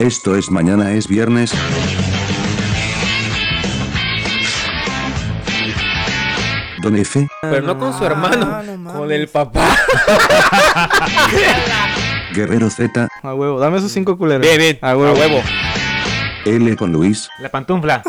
Esto es Mañana es Viernes. Don F. Pero no con su hermano, con el papá. Guerrero Z. A huevo, dame esos 5 culeros. Bien, A huevo. L con Luis. La pantufla.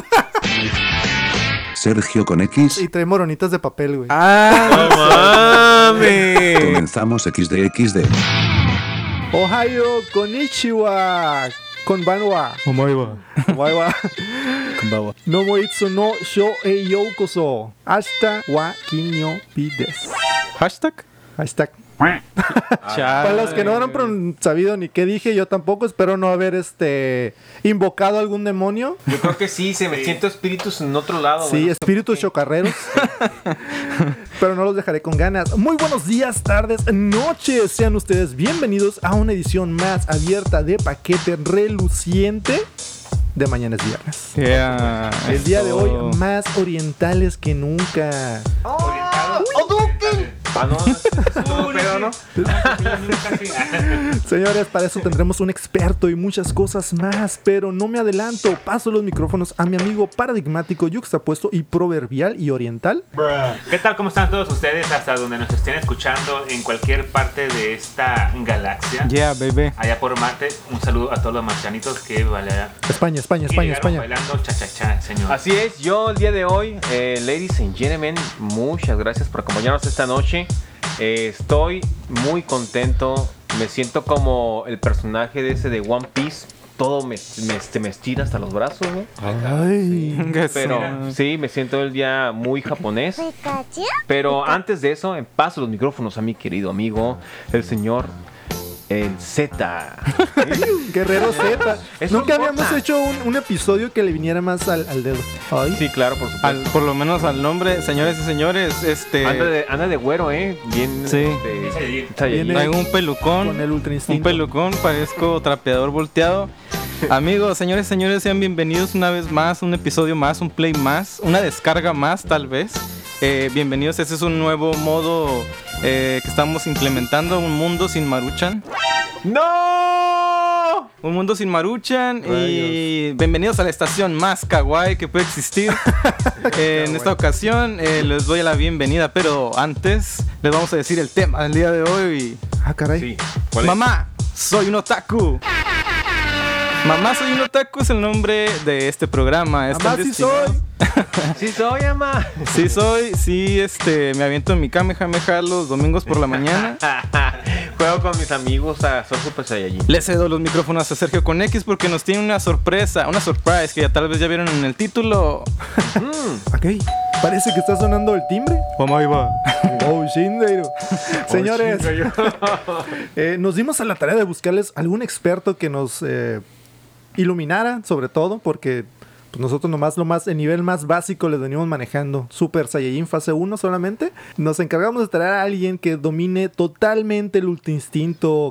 Sergio con X. Y trae moronitas de papel, güey. ¡No mames! Comenzamos XD. Ohio, konnichiwa, konbanwa. Omaiba. Omaiwa. Konbanwa. No moitsu no shou e youkoso. Hasta wa kinyo pides. Hashtag. Hashtag. Para los que no habrán sabido ni qué dije, yo tampoco espero no haber invocado algún demonio. Yo creo que sí, me siento espíritus en otro lado. Sí, bueno, espíritus chocarreros. Pero no los dejaré con ganas. Muy buenos días, tardes, noches. Sean ustedes bienvenidos a una edición más abierta de paquete reluciente de Mañana es Viernes. Yeah, El día de hoy más orientales que nunca. pero no. Señores, para eso tendremos un experto y muchas cosas más, pero no me adelanto. Paso los micrófonos a mi amigo paradigmático, yuxtapuesto y proverbial y oriental. ¿Qué tal? ¿Cómo están todos ustedes? Hasta donde nos estén escuchando en cualquier parte de esta galaxia. Yeah, baby. Allá por Marte, un saludo a todos los marcianitos que España. bailando cha-cha-cha, señor. Así es, yo el día de hoy, ladies and gentlemen, muchas gracias por acompañarnos esta noche. Estoy muy contento, me siento como el personaje de ese de One Piece. Todo me estira hasta los brazos, ¿no? Ay, Pero sí, me siento el día muy japonés. Pero antes de eso, paso los micrófonos a mi querido amigo, el señor el Z. Guerrero Z. Es Nunca un habíamos bota. hecho un episodio que le viniera más al dedo. Ay. Sí, claro, por supuesto. Por lo menos al nombre, señores y señores, Anda de güero, bien. Sí. Saiyajin. Traigo un pelucón. Con el ultra Un instinto. pelucón, parezco trapeador volteado. Amigos, señores, sean bienvenidos una vez más, un episodio más, un play más, una descarga más tal vez. Bienvenidos, este es un nuevo modo que estamos implementando, un mundo sin Maruchan. ¡No! Un mundo sin Maruchan. Y bienvenidos a la estación más kawaii que puede existir. En esta ocasión les doy la bienvenida, pero antes les vamos a decir el tema del día de hoy. Ah, caray. Sí. ¿Cuál es? Mamá, soy un otaku. Mamá, soy un otaku es el nombre de este programa. Mamá, sí soy. Sí soy, mamá. Sí soy, sí, me aviento en mi Kamehameha los domingos por la mañana. Juego con mis amigos a Soul Super Saiyajin. Le cedo los micrófonos a Sergio con X porque nos tiene una surprise que ya tal vez ya vieron en el título. Ok, parece que está sonando el timbre. Mamá iba. Oh, Shindeiro. Señores, nos dimos a la tarea de buscarles algún experto que nos iluminara, sobre todo, porque pues nosotros nomás el nivel más básico les venimos manejando. Super Saiyajin fase 1 solamente. Nos encargamos de traer a alguien que domine totalmente el ultra instinto.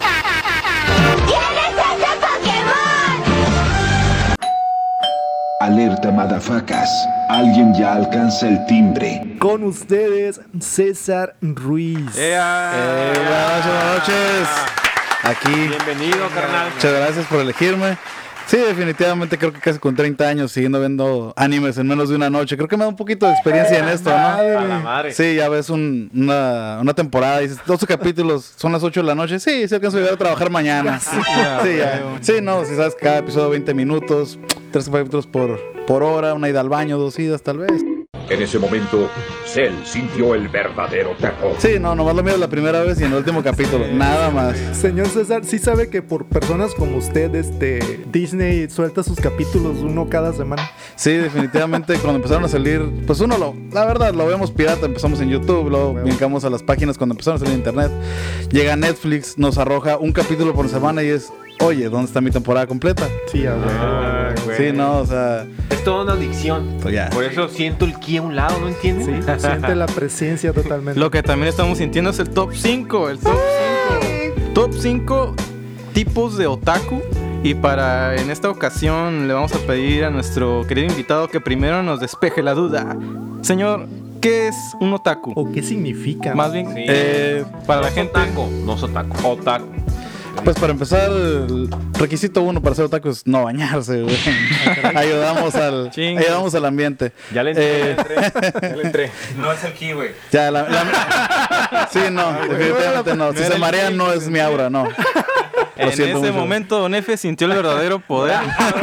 Alerta, madafacas. Alguien ya alcanza el timbre. Con ustedes, César Ruiz. Buenas noches. Aquí. Bienvenido, carnal. Muchas gracias por elegirme. Sí, definitivamente creo que casi con 30 años siguiendo viendo animes en menos de una noche. Creo que me da un poquito de experiencia en esto, ¿no? A la madre. Sí, ya ves una temporada y dices, 12 capítulos, son las 8 de la noche. Sí, alcanzo a llegar a trabajar mañana. Sí, ya. Sí, no, si sabes que cada episodio 20 minutos, 3 capítulos por hora, una ida al baño, 2 idas tal vez. En ese momento, Cell sintió el verdadero terror. Sí, no, nomás lo miro la primera vez y en el último capítulo, nada más. Señor César, ¿sí sabe que por personas como usted, Disney suelta sus capítulos uno cada semana? Sí, definitivamente cuando empezaron a salir, pues la verdad, lo vemos pirata, empezamos en YouTube, luego brincamos a las páginas cuando empezaron a salir en internet. Llega Netflix, nos arroja un capítulo por semana y es, oye, ¿dónde está mi temporada completa? Sí, güey. Sí, no, o sea... Es toda una adicción. Pues ya. Por eso siento el ki a un lado, ¿no entiendes? Sí, siente la presencia totalmente. Lo que también estamos sintiendo es el top 5. Top 5 tipos de otaku. Y en esta ocasión le vamos a pedir a nuestro querido invitado que primero nos despeje la duda. Señor, ¿qué es un otaku? ¿O qué significa? Más bien, Sí. para la gente... Otaku, no sotaku. Otaku. Pues para empezar, el requisito 1 para ser otaku es no bañarse, güey. ayudamos al ambiente. Ya le entré. No es el key, güey. Ya, sí, no, definitivamente no. Si se marean no es mi aura, no. En ese momento Don F sintió el verdadero poder.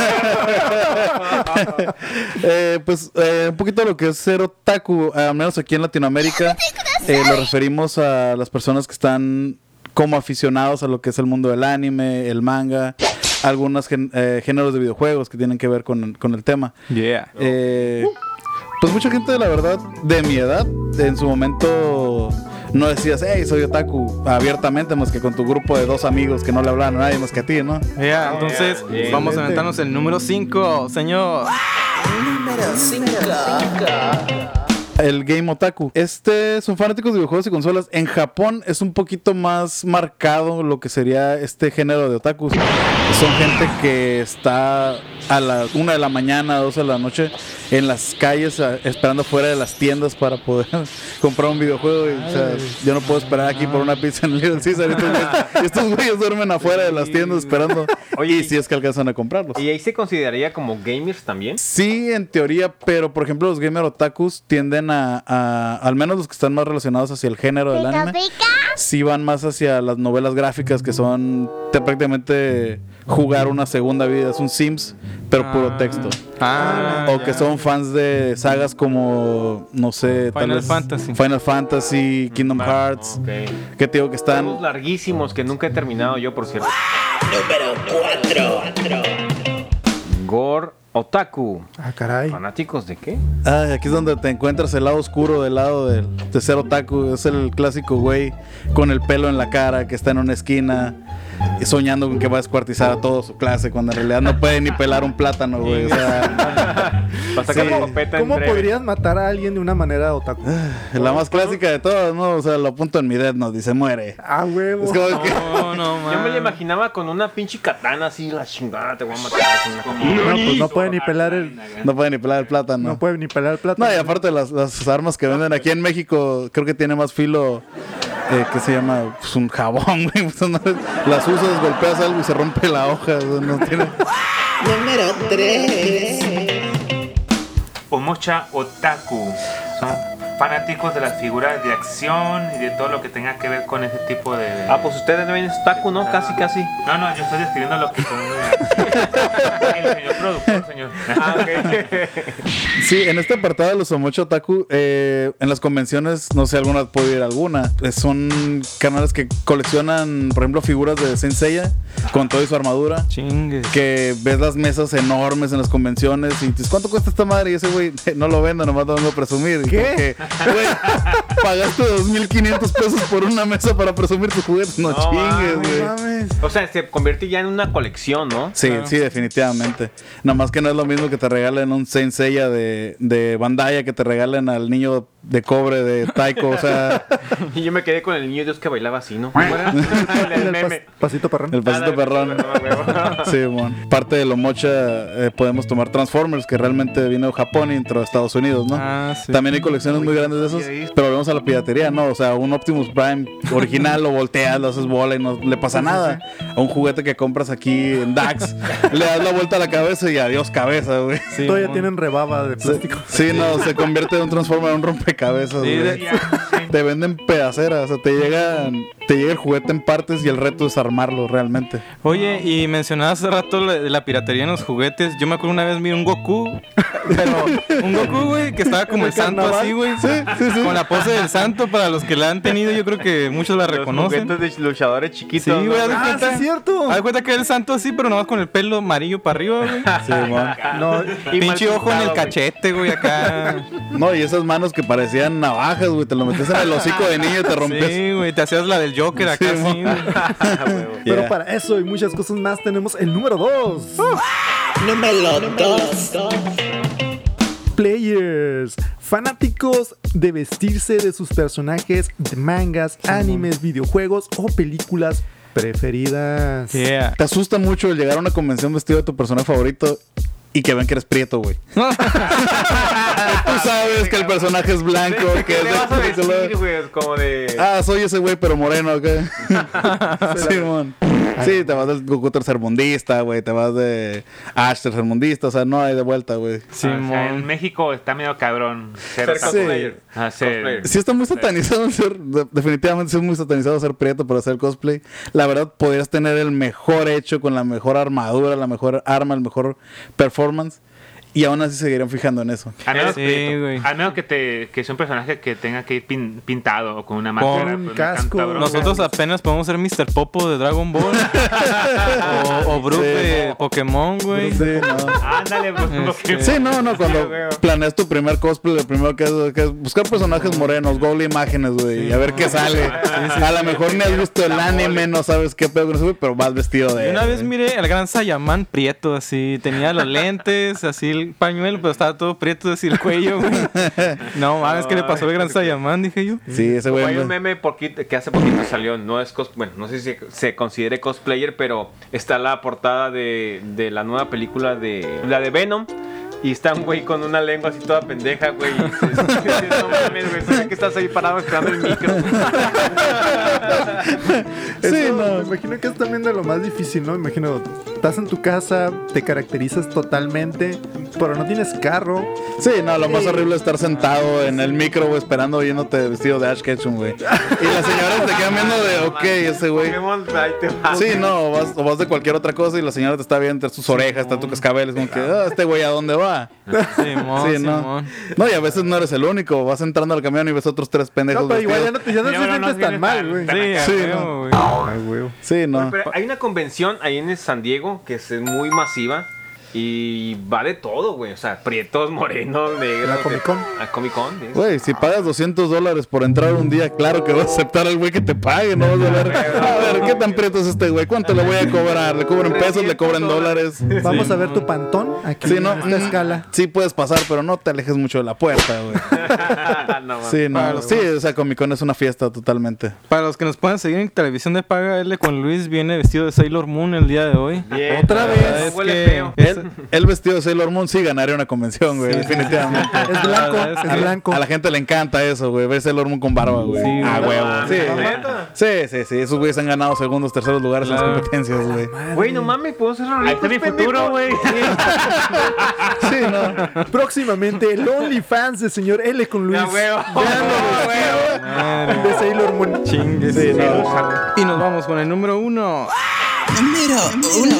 Un poquito de lo que es ser otaku, al menos aquí en Latinoamérica, lo referimos a las personas que están como aficionados a lo que es el mundo del anime, el manga, algunos géneros de videojuegos que tienen que ver con el tema. Yeah. Pues mucha gente, la verdad, de mi edad, en su momento no decías, hey, soy otaku, abiertamente, más que con tu grupo de 2 amigos que no le hablaban a nadie más que a ti, ¿no? Entonces, vamos a aventarnos el número 5, señor. Número 5. El game otaku. Son fanáticos de videojuegos y consolas. En Japón es un poquito más marcado lo que sería este género de otakus. Son gente que está a las 1 de la mañana, 12 de la noche en las calles esperando fuera de las tiendas para poder comprar un videojuego. O sea, yo no puedo esperar aquí por una pizza en el Little Caesar. Estos güeyes duermen afuera de las tiendas esperando. Oye, y si es que alcanzan a comprarlos. ¿Y ahí se consideraría como gamers también? Sí, en teoría, pero por ejemplo los gamer otakus tienden al menos los que están más relacionados hacia el género del anime, sí van más hacia las novelas gráficas, que son prácticamente jugar una segunda vida, es un Sims, pero puro texto. O que son fans de sagas como, no sé, Final Fantasy, Kingdom Hearts, que te digo que están... Todos larguísimos que nunca he terminado yo, por cierto. Número 4. Gore Otaku. Caray. ¿Fanáticos de qué? Aquí es donde te encuentras el lado oscuro del lado de ser otaku. Es el clásico güey con el pelo en la cara que está en una esquina soñando con que va a descuartizar a toda su clase cuando en realidad no puede ni pelar un plátano, güey. O sea, ¿Cómo podrías matar a alguien de una manera otaku? La más clásica de todas, ¿no? O sea, lo apunto en mi Death Note y se muere. Huevo. Es como que... Yo me lo imaginaba con una pinche katana así, la chingada, te voy a matar con una katana. No, pues no puede ni pelar el... No puede ni pelar el plátano. No puede ni pelar el plátano. No, y aparte las armas que venden aquí en México, creo que tiene más filo... que se llama pues, un jabón, güey. Las usas, golpeas algo y se rompe la hoja. No tiene... Número 3. Omocha Otaku. Son fanáticos de las figuras de acción y de todo lo que tenga que ver con ese tipo de... Pues ustedes ven otaku, ¿no? Casi. No, yo estoy describiendo lo que son... el señor productor, señor. Okay. Sí, en este apartado de los Omocha Otaku, en las convenciones, no sé, alguna puedo ir a alguna. Son canales que coleccionan, por ejemplo, figuras de Saint Seiya con toda su armadura. Chingues. Que ves las mesas enormes en las convenciones y dices, ¿cuánto cuesta esta madre? Y ese güey no lo vende, nomás lo vengo a presumir. ¿Qué? Güey, pagaste 2,500 pesos por una mesa para presumir tus juguetes. No chingues, güey. O sea, se convierte ya en una colección, ¿no? Sí, sí, definitivamente. Nada más que no es lo mismo que te regalen un Saint Seiya de Bandai, que te regalen al niño de cobre de Taiko, o sea... Y yo me quedé con el niño Dios que bailaba así, ¿no? El meme. Pasito perrón. El pasito perrón. Sí, bueno. Parte de lo mocha podemos tomar Transformers, que realmente vino de Japón y entró a Estados Unidos, ¿no? Sí. También hay colecciones muy grandes de esos, pero volvemos a la piratería, ¿no? O sea, un Optimus Prime original lo volteas, lo haces bola y no le pasa nada. A un juguete que compras aquí en Dax, le das la vuelta a la cabeza y adiós cabeza, güey. Sí, todavía tienen rebaba de plástico. Sí, no, se convierte de un Transformer en un rompecabezas, güey. Te venden pedaceras, o sea, te llega el juguete en partes y el reto es armarlo realmente. Oye, y mencionabas hace rato la piratería en los juguetes. Yo me acuerdo una vez vi un Goku, pero un Goku, güey, que estaba como el santo así, güey. Sí. Con la pose del santo, para los que la han tenido, yo creo que muchos la reconocen. Los juguetes de luchadores chiquitos. Sí, güey, haz de cuenta. Sí, es cierto. Haz de cuenta que era el santo así, pero nomás con el pelo amarillo para arriba, güey. Sí, man. No, Pinche ojo en el cachete, güey, acá. No, y esas manos que parecían navajas, güey, te lo metes en el hocico de niño y te rompes. Sí, güey, te hacías la del Joker acá, Sí, así, güey. pero para eso y muchas cosas más tenemos el número 2. Número 2. Players, fanáticos de vestirse de sus personajes de mangas, animes, videojuegos o películas preferidas. Yeah. Te asusta mucho el llegar a una convención vestido de tu personaje favorito y que ven que eres prieto, güey. Tú sabes que el personaje es blanco, que es ¿Qué le vas a decir, güey? Como de... soy ese güey, pero moreno, ¿ok? Simón. Sí, te vas del Goku tercermundista, güey. Te vas de Ash tercermundista. O sea, no hay de vuelta, güey. Simón. O sea, en México está medio cabrón ser cosplayer. Sí está muy satanizado ser... Definitivamente sí es muy satanizado ser prieto para hacer cosplay. La verdad, podrías tener el mejor hecho con la mejor armadura, la mejor arma, el mejor performance. Y aún así seguirían fijando en eso. Al menos que sea un personaje que tenga que ir pintado o con una máscara. Con un casco. Nosotros apenas podemos ser Mr. Popo de Dragon Ball. o Brook de Pokémon, güey. Sí, no. Ándale, Pokémon. Sí, no. Cuando planeas tu primer cosplay, lo primero que es buscar personajes morenos, Google imágenes, güey. Y a ver qué sale. A lo mejor ni has visto el anime, no sabes qué pedo con eso, güey, pero vas vestido de... Una vez miré al gran Saiyaman prieto, así. Tenía los lentes, así el pañuelo, pero estaba todo prieto, así el cuello, güey. No mames, ¿qué le pasó al gran Saiyaman? Dije yo. Sí, ese güey. Hay un meme que hace poquito salió. No es bueno, no sé si se considere cosplayer, pero está la portada de la nueva película de la de Venom. Y está un güey con una lengua así toda pendeja, güey. Y dices, no mames, güey, ¿sabes que estás ahí parado esperando el micro? Sí, no. Me imagino que es también de lo más difícil, ¿no? Me imagino, estás en tu casa, te caracterizas totalmente, pero no tienes carro. Sí, no, lo más horrible es estar sentado en el micro, güey, esperando oyéndote vestido de Ash Ketchum, güey. Y las señoras te quedan viendo de, ok, ese güey. Sí, no, vas de cualquier otra cosa y la señora te está viendo entre sus orejas, está tu cascabel, es como que, este güey, ¿a dónde va? Simón, sí, no. No, y a veces no eres el único. Vas entrando al camión y ves otros 3 pendejos. No, pero igual ya no te sientes tan mal, güey. Sí, no. Pero hay una convención ahí en San Diego que es muy masiva. Y va de todo, güey. O sea, prietos, morenos, negros. La Comic Con. La Comic Con. Güey, si pagas $200 por entrar un día, claro que vas a aceptar al güey que te pague. No vas a ver, ¿qué tan prieto es este güey? ¿Cuánto le voy a cobrar? ¿Le cobran pesos? ¿Le cobran dólares? Vamos a ver tu pantón aquí en esta escala. Sí puedes pasar, pero no te alejes mucho de la puerta, güey. Sí, no. Sí, o sea, Comic Con es una fiesta totalmente. Para los que nos puedan seguir en televisión de paga, L con Luis viene vestido de Sailor Moon el día de hoy. Bien. Otra vez. Huele feo. El vestido de Sailor Moon sí ganaría una convención, güey, definitivamente. Es blanco, es blanco. A la gente le encanta eso, güey, ver Sailor Moon con barba, güey. Sí, huevo. Sí, esos güeyes han ganado segundos, terceros lugares en las competencias, güey. Güey, no mames, puedo ser Ahí está mi futuro, güey. Sí, no. Próximamente el OnlyFans del señor L con Luis. huevo. De Sailor Moon. Chingue, sí, no. Y nos vamos con el número 1. Número 1.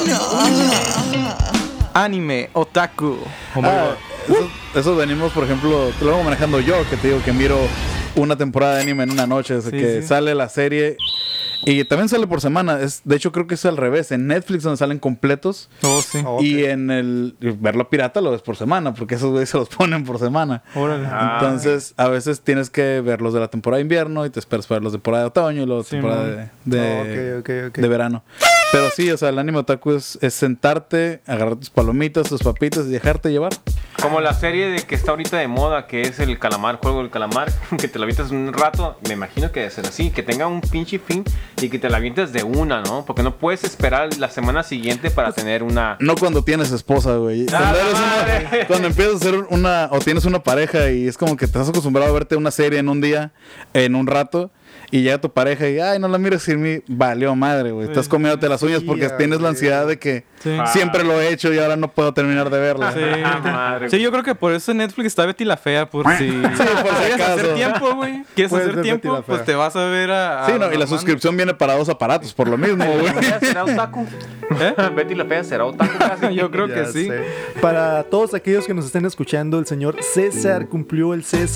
Anime, otaku. Eso venimos, por ejemplo, te lo vengo manejando yo, que te digo que miro una temporada de anime en una noche, desde que sale la serie. Y también sale por semana. De hecho, creo que es al revés. En Netflix donde salen completos. Oh, sí. Y en el verlo pirata lo ves por semana, porque esos güeyes se los ponen por semana. Órale. Entonces, a veces tienes que ver los de la temporada de invierno y te esperas para ver los de temporada de otoño y los de temporada de verano. Pero sí, o sea, el anime otaku es sentarte, agarrar tus palomitas, tus papitas y dejarte llevar. Como la serie de que está ahorita de moda, que es el calamar, juego del calamar, que te la avientas un rato, me imagino que debe ser así, que tenga un pinche fin y que te la avientes de una, ¿no? Porque no puedes esperar la semana siguiente para tener una... No cuando tienes esposa, güey. Cuando empiezas a hacer o tienes una pareja y es como que te has acostumbrado a verte una serie en un día, en un rato, y llega tu pareja y, ay, no la mires sin mí, valió madre, güey. Estás comiéndote las uñas porque tienes la ansiedad de que siempre lo he hecho y ahora no puedo terminar de verla. Sí, yo creo que por eso en Netflix está Betty la Fea, por si... Sí, por si ¿Quieres acaso. hacer tiempo, güey? ¿Quieres hacer tiempo? Pues te vas a ver a... Sí, no, y la suscripción viene para 2 aparatos, por lo mismo, güey. ¿Será otaku? Betty la Fea será otaku casi. Yo creo que sí. Para todos aquellos que nos estén escuchando, el señor César cumplió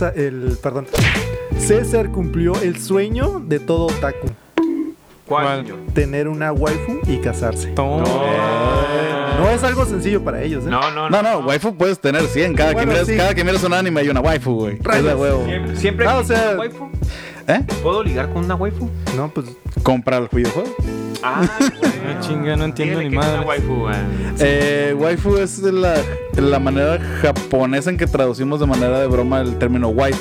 César cumplió el sueño de todo otaku. ¿Cuál, señor? Tener una waifu y casarse. No es algo sencillo para ellos, ¿eh? No, waifu puedes tener 100. Cada que miras un anime hay una waifu, güey. Es de huevo. ¿Siempre o sea, una waifu? ¿Eh? ¿Puedo ligar con una waifu? No, pues... Compra el videojuego. Bueno. Chinga, no entiendo ni madre. Waifu es la manera japonesa en que traducimos de manera de broma el término wife.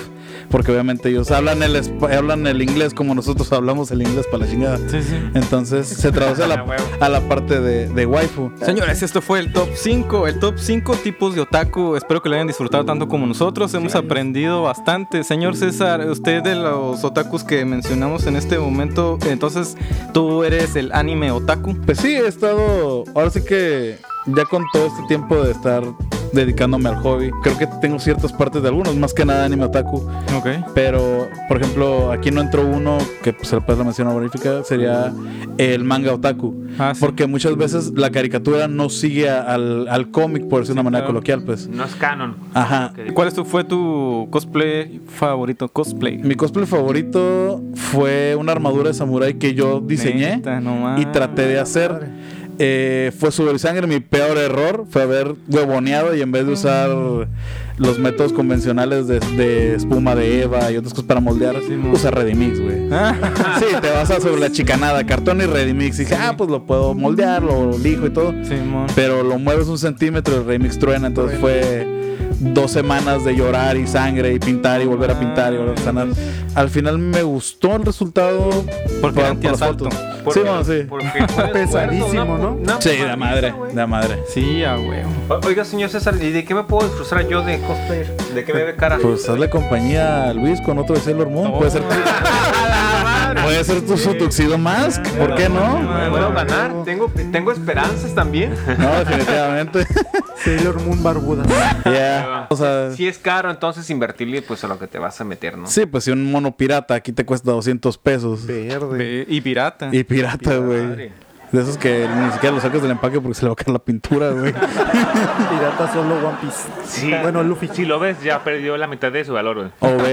porque obviamente ellos hablan el inglés como nosotros hablamos el inglés para la chingada. Sí. Entonces se traduce a la parte de waifu. Señores, esto fue el top 5. El top 5 tipos de otaku. Espero que lo hayan disfrutado tanto como nosotros. Hemos aprendido bastante. Señor César, usted de los otakus que mencionamos en este momento, entonces, ¿tú eres el anime otaku? Pues sí, he estado... Ahora sí que ya con todo este tiempo de estar dedicándome al hobby, creo que tengo ciertas partes de algunos, más que nada anime otaku. Ok. Pero, por ejemplo, aquí no entró uno que se le puede la mención honorífica, sería el manga otaku. Sí. Porque muchas veces la caricatura no sigue al cómic, por decir de una manera coloquial, pues. No es canon. Ajá. ¿Cuál fue tu cosplay favorito? Mi cosplay favorito fue una armadura de samurái que yo diseñé y traté de hacer. Fue sudor y sangre. Mi peor error fue haber huevoneado y en vez de usar los métodos convencionales de espuma de Eva y otras cosas para moldear, usa Redimix, güey. Sí, te vas a sobre la chicanada, cartón y Redimix. Y dije, pues lo puedo moldear, lo lijo y todo. Pero lo mueves 1 centímetro y el Redimix truena. Entonces fue 2 semanas de llorar y sangre y pintar y volver a pintar y volver a sanar. Al final me gustó el resultado porque era antiasalto. Sí, no, sí. Pesadísimo, ¿no? Sí, de madre. Sí, a huevo. Oiga, señor César, ¿y de qué me puedo disfrutar yo de cosplayer? ¿De qué me ve cara? Pues hazle compañía a Luis con otro de Sailor Moon. Puede ser tu Tuxedo Mask. ¿Por qué no? Puedo ganar. Tengo esperanzas también. No, definitivamente. Sailor Moon barbuda. O sea, si es caro, entonces invertirle pues a lo que te vas a meter, ¿no? Sí, pues si un mono pirata aquí te cuesta $200. Verde. Y pirata, güey. De esos que ni siquiera lo sacas del empaque porque se le va a caer la pintura, güey. Pirata solo One Piece. Sí. Bueno, Luffy. Si lo ves, ya perdió la mitad de su valor, güey.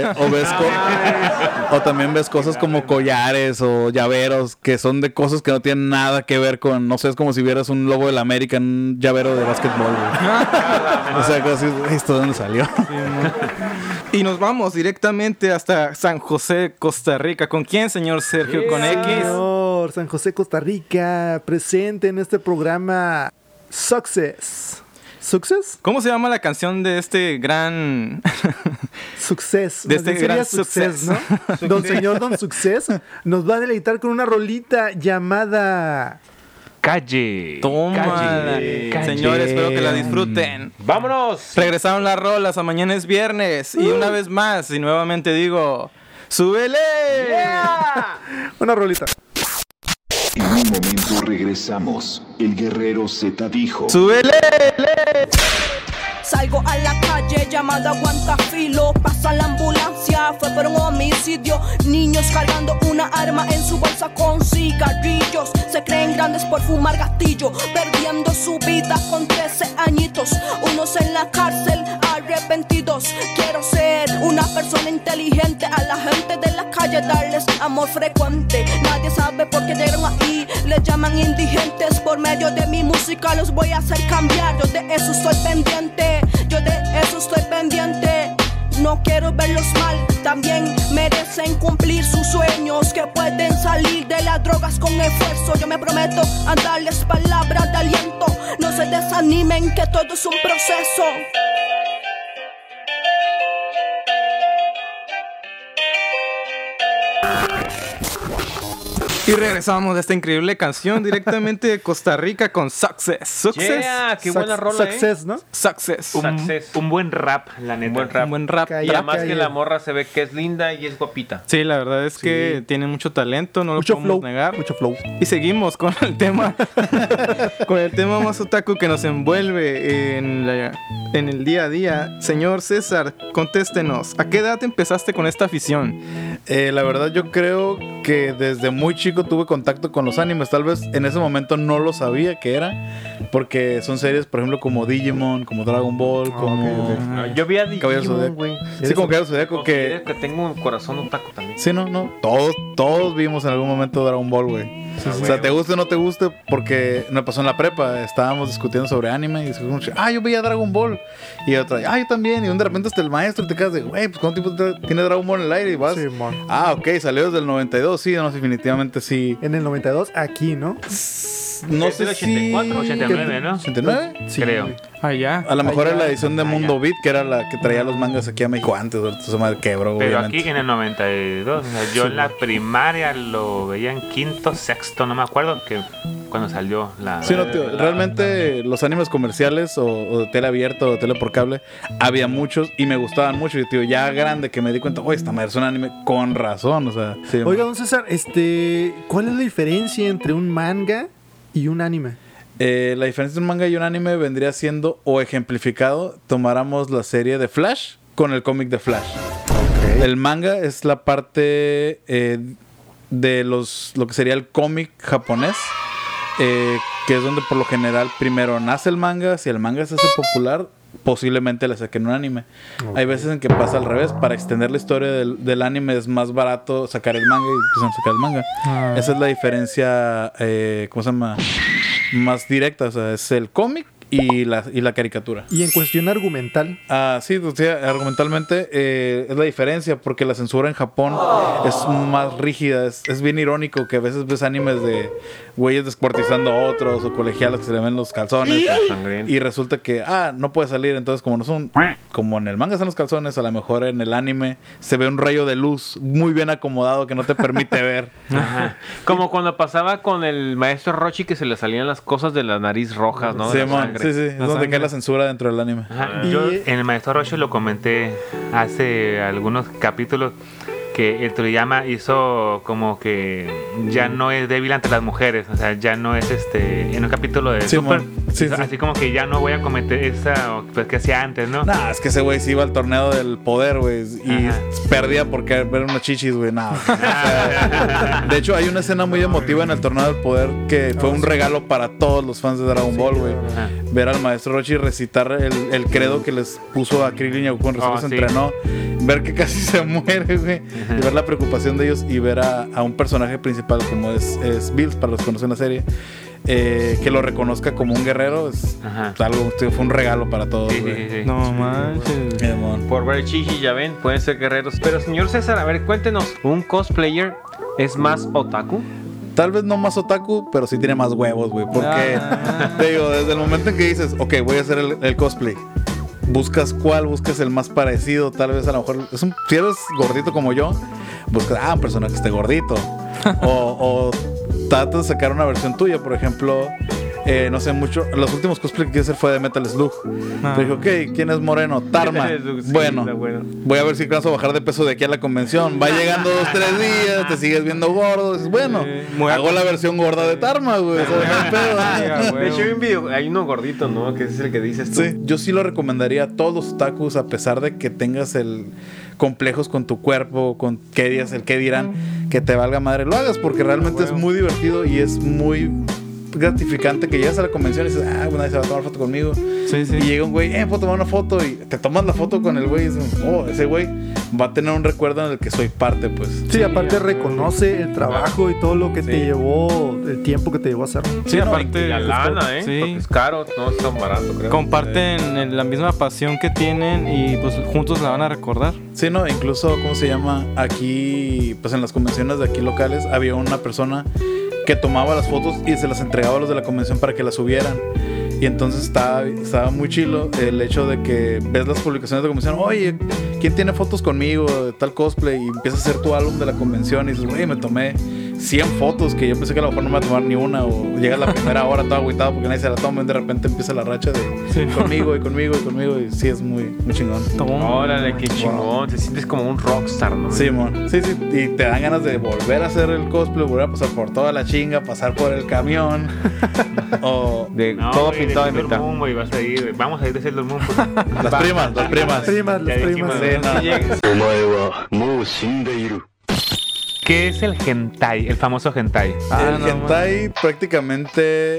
O también ves cosas como collares o llaveros que son de cosas que no tienen nada que ver con, no sé, es como si vieras un logo de la América en un llavero de básquetbol, güey. O sea, cosas, ¿esto de dónde salió? Y nos vamos directamente hasta San José, Costa Rica. ¿Con quién, señor Sergio? Con X. Señor, San José, Costa Rica, presente en este programa Success. ¿Success? ¿Cómo se llama la canción de este gran... Success. De este gran Success, ¿no? Don Success nos va a deleitar con una rolita llamada... Calle. Toma. Calle. Señores, espero que la disfruten. ¡Vámonos! Regresaron las rolas, a mañana es viernes. Y una vez más, y nuevamente digo... ¡Súbele! Yeah. Una rolita. En un momento regresamos. El guerrero Z dijo: ¡súbele! Salgo a la calle llamada Guantafilo. Pasa la ambulancia, fue por un homicidio. Niños cargando una arma en su bolsa con cigarrillos. Se creen grandes por fumar gatillo, perdiendo su vida con 13 añitos. Unos en la cárcel, arrepentidos. Quiero ser una persona inteligente. A la gente de la calle darles amor frecuente. Nadie sabe por qué llegaron ahí. Les llaman indigentes. Por medio de mi música los voy a hacer cambiar. Yo de eso estoy pendiente. No quiero verlos mal. También merecen cumplir sus sueños, que pueden salir de las drogas con esfuerzo. Yo me prometo a darles palabras de aliento. No se desanimen, que todo es un proceso. Y regresamos de esta increíble canción directamente de Costa Rica con Success. Success. Yeah, qué buena rola, Success, ¿no? Success. Un buen rap, la neta. Un buen rap. Y además que la morra se ve que es linda y es guapita. Sí, la verdad es que tiene mucho talento, no mucho lo podemos flow, negar. Mucho flow. Y seguimos con el tema con el tema más otaku que nos envuelve en el día a día. Señor César, contéstenos, ¿a qué edad empezaste con esta afición? La verdad yo creo que desde muy chico tuve contacto con los animes. Tal vez en ese momento no lo sabía que era, porque son series, por ejemplo, como Digimon, como Dragon Ball, como... Yo vi a Digimon, güey. Sí, como Caballero Zodiaco, que tengo un corazón otaku también. Sí, no. Todos vimos en algún momento Dragon Ball, güey. O sea, te guste o no te guste, porque me pasó en la prepa. Estábamos discutiendo sobre anime y discutimos, yo veía Dragon Ball. Y otra, yo también. Y de repente hasta el maestro te quedas de, güey, pues ¿cuánto tiempo tiene Dragon Ball en el aire? Y vas, sí, ok, salió desde el 92. Sí, no, definitivamente sí. En el 92, aquí, ¿no? No Es del sé si... 84, 89, ¿no? ¿89? Sí, Creo. güey. Allá. A lo mejor era la edición de Allá. Mundo Beat, que era la que traía los mangas aquí a México antes. Ahorita esa madre quebró, Pero obviamente. aquí en el 92, o sea, yo en la primaria lo veía en quinto, sexto, no me acuerdo, que cuando salió la... Sí, no, tío, realmente los animes comerciales o de tele abierta o de tele por cable, había muchos y me gustaban mucho. Y tío, ya grande que me di cuenta, oye, esta madre es un anime con razón, o sea. Sí, Oiga, don César, ¿cuál es la diferencia entre un manga y un anime? la diferencia de un manga y un anime vendría siendo, o ejemplificado, tomáramos la serie de Flash con el cómic de Flash. Okay. El manga es la parte de lo que sería el cómic japonés, que es donde por lo general primero nace el manga. Si el manga se hace popular, posiblemente le saquen un anime. Okay. Hay veces en que pasa al revés. Para extender la historia del anime es más barato sacar el manga y empiezan a sacar el manga. Esa es la diferencia, ¿cómo se llama? Más directa. O sea, es el cómic y la caricatura. Y en cuestión argumental. Sí, o sea, argumentalmente es la diferencia, porque la censura en Japón es más rígida. Es bien irónico que a veces ves animes de güeyes descuartizando a otros o colegialas que se le ven los calzones y resulta que no puede salir. Entonces, como en el manga están los calzones, a lo mejor en el anime se ve un rayo de luz muy bien acomodado que no te permite ver. Ajá. Como cuando pasaba con el maestro Roshi, que se le salían las cosas de la nariz roja, ¿no? Sí, es donde cae la censura dentro del anime. Yo en el maestro Roshi lo comenté hace algunos capítulos, que el Toriyama hizo como que ya no es débil ante las mujeres. O sea, ya no es en un capítulo de Super. Así como que ya no voy a cometer esa pues, que hacía antes, ¿no? Nah, es que ese güey se iba al torneo del poder, güey, y perdía porque ver unos chichis, güey, nada. O sea, de hecho, hay una escena muy emotiva en el torneo del poder que fue un regalo para todos los fans de Dragon Ball, güey. Ver al maestro Roshi recitar el credo que les puso a Krillin y a Goku cuando se entrenó. Ver que casi se muere, güey. Y ver la preocupación de ellos y ver a un personaje principal como es Bills, para los que conocen la serie, que lo reconozca como un guerrero, es algo, fue un regalo para todos. No manches. Por ver Chichi, ya ven, pueden ser guerreros. Pero señor César, a ver, cuéntenos, ¿un cosplayer es más otaku? Tal vez no más otaku, pero sí tiene más huevos, güey. Porque, te digo, desde el momento en que dices, ok, voy a hacer el cosplay, buscas el más parecido. Tal vez a lo mejor si eres gordito como yo, buscas un personaje que esté gordito. o tratas de sacar una versión tuya. Por ejemplo, no sé mucho, los últimos cosplay que quise hacer fue de Metal Slug. Te dije, ok, ¿quién es moreno? Tarma. Bueno, voy a ver si alcanzo a bajar de peso de aquí a la convención. Va llegando 2-3 días, te sigues viendo gordo. Dices, bueno, hago la versión gorda de Tarma, güey. De hecho, hay un video, hay uno gordito, ¿no? Que es el que dices tú. Sí, yo sí lo recomendaría a todos los otakus, a pesar de que tengas complejos con tu cuerpo, con qué días, el qué dirán, que te valga madre, lo hagas, porque realmente es muy divertido y es muy gratificante que llegas a la convención y dices, nadie se va a tomar foto conmigo. Y llega un güey, puedo tomar una foto, y te tomas la foto con el güey y dices, ese güey va a tener un recuerdo en el que soy parte, pues. Sí, aparte reconoce el trabajo y todo lo que te llevó, el tiempo que te llevó a hacerlo. Sí, aparte la lana, porque es caro, no es tan barato, creo. Comparten la misma pasión que tienen y pues juntos la van a recordar. Sí, no, incluso, ¿cómo se llama? Aquí, pues en las convenciones de aquí locales había una persona que tomaba las fotos y se las entregaba a los de la convención para que las subieran. Y entonces estaba muy chilo el hecho de que ves las publicaciones de la convención, oye, ¿quién tiene fotos conmigo de tal cosplay? Y empiezas a hacer tu álbum de la convención y dices, oye, me tomé 100 fotos que yo pensé que a lo mejor no me iba a tomar ni una, o llega la primera hora todo agüitado porque nadie se la toma y de repente empieza la racha de conmigo y sí, es muy chingón. Órale, qué chingón, te sientes como un rockstar, ¿no? Sí, mon. Sí, y te dan ganas de volver a hacer el cosplay, volver a pasar por toda la chinga, pasar por el camión o de todo pintado de metal. Vamos a ir de Sailor Moon. Las primas. ¿Qué es el hentai? El famoso hentai. El hentai prácticamente,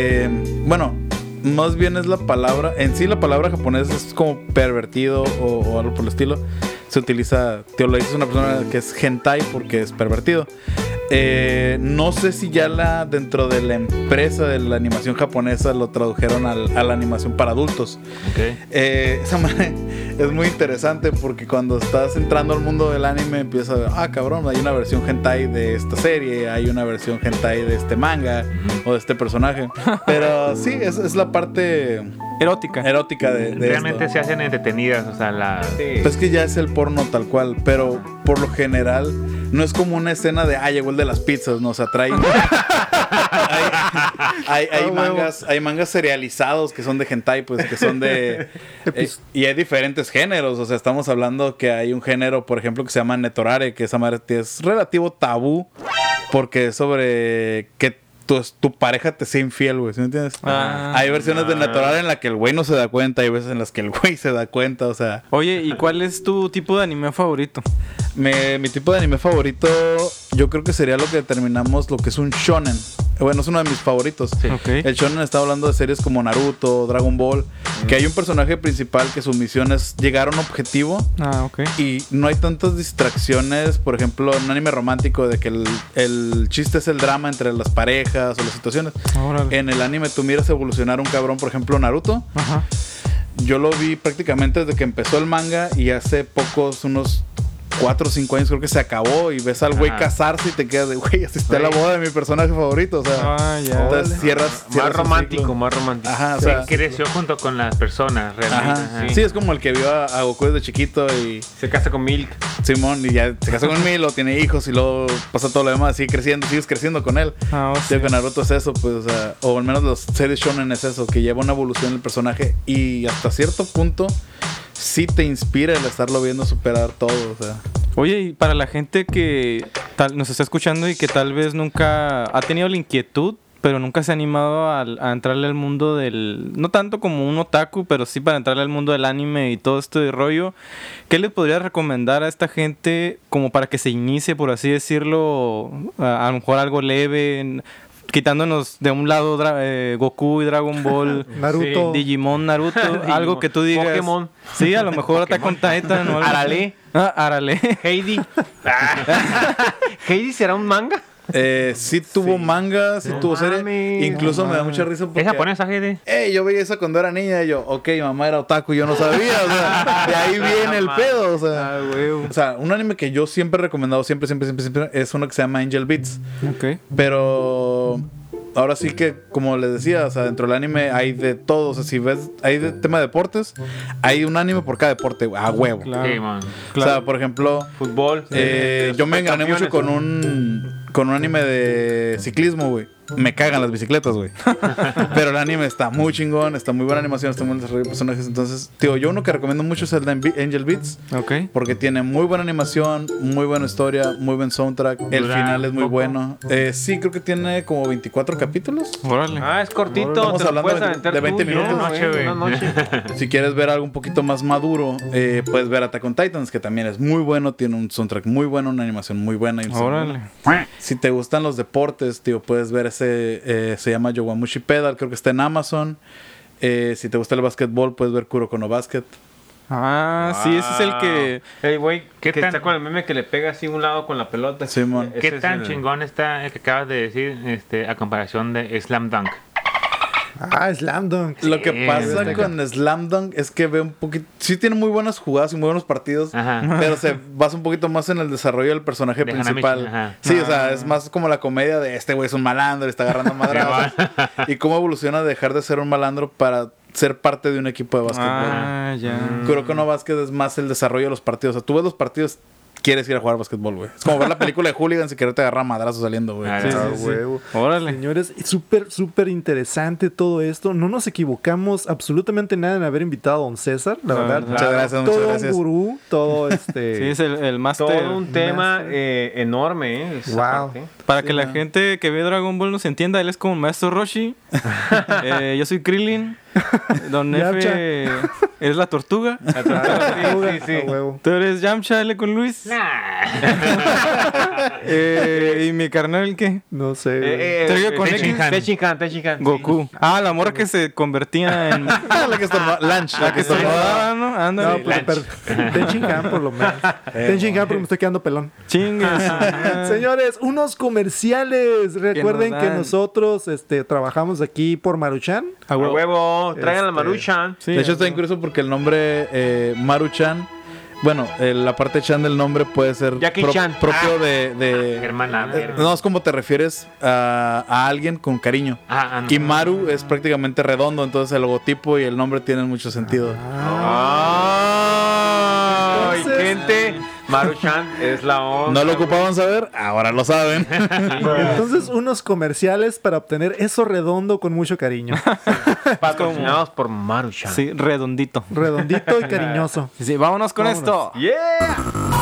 más bien es la palabra, en sí la palabra japonesa es como pervertido o algo por el estilo. Se utiliza, lo dices una persona que es hentai porque es pervertido. No sé si ya dentro de la empresa de la animación japonesa lo tradujeron a la animación para adultos. Esa manera es muy interesante porque cuando estás entrando al mundo del anime empiezas a ver, cabrón, hay una versión hentai de esta serie, hay una versión hentai de este manga o de este personaje. Pero sí, es la parte erótica de realmente esto. se hacen entretenidas, o sea, Pues es que ya es el porno tal cual, pero por lo general no es como una escena de llegó el de las pizzas, ¿no? O sea, trae hay mangas serializados que son de hentai, pues que son de y hay diferentes géneros, o sea, estamos hablando que hay un género, por ejemplo, que se llama netorare, que esa madre es relativo tabú porque es sobre que tu pareja te sea infiel, güey, ¿sí me entiendes? Hay versiones de netorare en la que el güey no se da cuenta, hay veces en las que el güey se da cuenta, o sea. Oye, ¿y cuál es tu tipo de anime favorito? Mi tipo de anime favorito, yo creo que sería lo que determinamos lo que es un shonen. Bueno, es uno de mis favoritos. Sí. Okay. El shonen está hablando de series como Naruto, Dragon Ball, que hay un personaje principal que su misión es llegar a un objetivo. Y no hay tantas distracciones, por ejemplo, en un anime romántico de que el chiste es el drama entre las parejas o las situaciones. En el anime tú miras evolucionar un cabrón, por ejemplo, Naruto. Yo lo vi prácticamente desde que empezó el manga y hace pocos, unos 4 o 5 años creo que se acabó y ves al güey casarse y te quedas de güey, asistí a la boda de mi personaje favorito, o sea, entonces cierras más romántico. Ajá, o sea, creció junto con las personas realmente. Sí, es como el que vio a Goku desde chiquito y se casa con Milk. Simón, y ya se casa con Milk, o tiene hijos y luego pasa todo lo demás, sigues creciendo con él. Sí, con Naruto es eso, pues, o sea, o al menos los series shonen es eso, que lleva una evolución del personaje y hasta cierto punto sí te inspira el estarlo viendo superar todo, o sea. Oye, y para la gente que nos está escuchando y que tal vez nunca ha tenido la inquietud, pero nunca se ha animado a entrarle al mundo del... No tanto como un otaku, pero sí para entrarle al mundo del anime y todo este rollo, ¿qué le podría recomendar a esta gente como para que se inicie, por así decirlo, a lo mejor algo leve, quitándonos de un lado Goku y Dragon Ball, Naruto, Digimon, Naruto, algo que tú digas. Pokémon. Sí, a lo mejor Attack on Titan o algo. Arale. Heidi. ¿Heidi será un manga? Sí tuvo manga, sí tuvo serie. Incluso me da mucha risa porque... ¿Es japonesa, Heidi? Yo veía eso cuando era niña y yo, mamá era otaku y yo no sabía, o sea, de ahí viene el pedo, o sea. O sea, un anime que yo siempre he recomendado, siempre, es uno que se llama Angel Beats. Pero... ahora sí que, como les decía, o sea, dentro del anime hay de todo. O sea, si ves, hay de tema de deportes, hay un anime por cada deporte, a huevo. Claro. Sí, man. O sea, por ejemplo, fútbol. Yo me engané mucho con un anime de ciclismo, güey. Me cagan las bicicletas, güey. Pero el anime está muy chingón, está muy buena animación, está muy buen desarrollo de personajes. Entonces, tío, yo uno que recomiendo mucho es el de Angel Beats. Porque tiene muy buena animación, muy buena historia, muy buen soundtrack. El final es muy bueno. Sí, creo que tiene como 24 capítulos. Órale. Es cortito. Estamos hablando de 20 minutos. Una noche. Si quieres ver algo un poquito más maduro, puedes ver Attack on Titans, que también es muy bueno. Tiene un soundtrack muy bueno, una animación muy buena. Órale. Si te gustan los deportes, tío, puedes ver se llama Yowamushi Pedal, creo que está en Amazon. Si te gusta el básquetbol, puedes ver Kuroko no Basket. Sí, ese es el que... El güey que está con el meme que le pega así un lado con la pelota. Simón. ¿Qué tan chingón está el que acabas de decir a comparación de Slam Dunk? Slam Dunk. Lo que pasa con Slam Dunk es que ve un poquito... Sí tiene muy buenas jugadas y muy buenos partidos. Pero se basa un poquito más en el desarrollo del personaje principal. Sí, o sea, es más como la comedia de este güey es un malandro, está agarrando madrazos. Y cómo evoluciona de dejar de ser un malandro para ser parte de un equipo de básquetbol. Kuroko no Basket es más el desarrollo de los partidos. O sea, tú ves los partidos, quieres ir a jugar básquetbol, güey. Es como ver la película de Hooligans y quererte agarrar madrazos saliendo, güey. Huevo. Órale. Señores, súper interesante todo esto. No nos equivocamos absolutamente nada en haber invitado a don César, la verdad. Muchas gracias, todo un gurú, todo Sí, es el máster. Todo un tema enorme, Wow. Para que la gente que ve Dragon Ball nos entienda, él es como el maestro Roshi. Yo soy Krillin. Don F es la tortuga. Sí. ¿Tú eres Yamcha, L con Luis? ¿Y mi carnal qué? No sé. Traigo con Tenshinhan. Goku. Ah, la morra que se convertía en... La que estornudaba. Lunch. La que estornudaba, ¿no? Ándale. No, Tenshinhan por lo menos. Tenshinhan porque me estoy quedando pelón. Chingues. Señores, unos comerciales. Recuerden nos que dan. nosotros trabajamos aquí por Maruchan. A huevo, traigan al Maruchan. Sí, De hecho, está bien curioso porque el nombre Maruchan, bueno, la parte Chan del nombre puede ser Jackie Chan. propio de Hermana. no, es como te refieres a alguien con cariño. No. Y Maru es prácticamente redondo, entonces el logotipo y el nombre tienen mucho sentido. Ay, gente, Maruchan es la onda. ¿No lo ocupaban saber? Ahora lo saben. Entonces, unos comerciales para obtener eso redondo con mucho cariño. Patrocinados por Maruchan. Sí, redondito. Redondito y cariñoso. Sí, vámonos con Vámonos. esto. Yeah.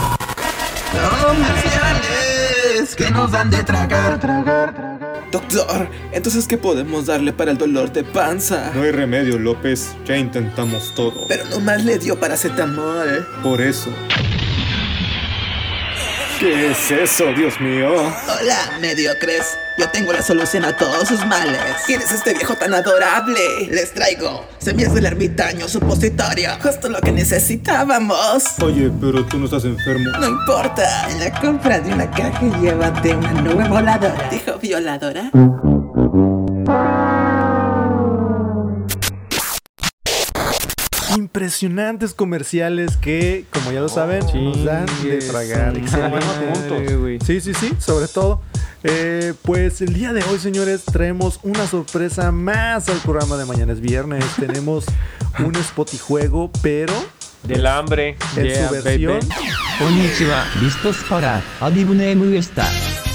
Comerciales que nos dan de tragar. Doctor, entonces ¿qué podemos darle para el dolor de panza? No hay remedio, López. Ya intentamos todo. Pero nomás le dio paracetamol. Por eso. ¿Qué es eso, Dios mío? Hola, mediocres. Yo tengo la solución a todos sus males. ¿Quién es este viejo tan adorable? Les traigo semillas del ermitaño supositorio. Justo lo que necesitábamos. Oye, pero tú no estás enfermo. No importa. En la compra de una caja llévate una nube voladora. ¿Dijo violadora? Impresionantes comerciales que, como ya lo saben, nos dan de tragar. Excelente. Sí, sobre todo. Pues el día de hoy, señores, traemos una sorpresa más al programa de Mañana es Viernes. Tenemos un spotijuego, pero del hambre. en su versión. Konnichiwa, listos para Adibune esta.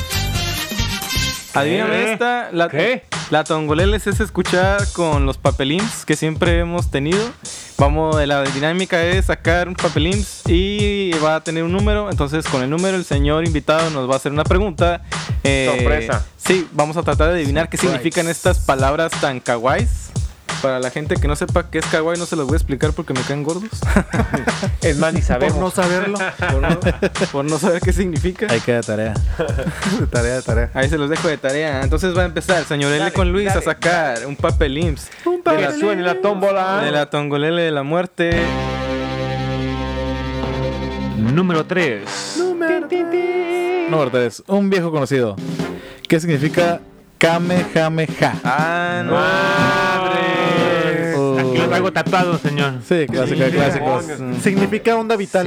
Adivíname esta. La Tongoleles es escuchar con los papelins que siempre hemos tenido. La dinámica es sacar un papelins y va a tener un número. Entonces, con el número, el señor invitado nos va a hacer una pregunta. Sorpresa. Sí, vamos a tratar de adivinar qué significan estas palabras tan kawaiis. Para la gente que no sepa qué es kawaii, no se los voy a explicar porque me caen gordos. Es más, ni sabemos. Por no saberlo. Por no saber qué significa. Ahí queda tarea. de tarea. Ahí se los dejo de tarea. Entonces va a empezar el señor L con Luis a sacar un papelins. Que suene la tómbola. De la Tongolele de la muerte. Número 3. Número 3. Un viejo conocido. ¿Qué significa Kamehameha? Ah, no. Aquí lo traigo tatuado, señor. Sí, clásica de clásicos. Significa onda vital.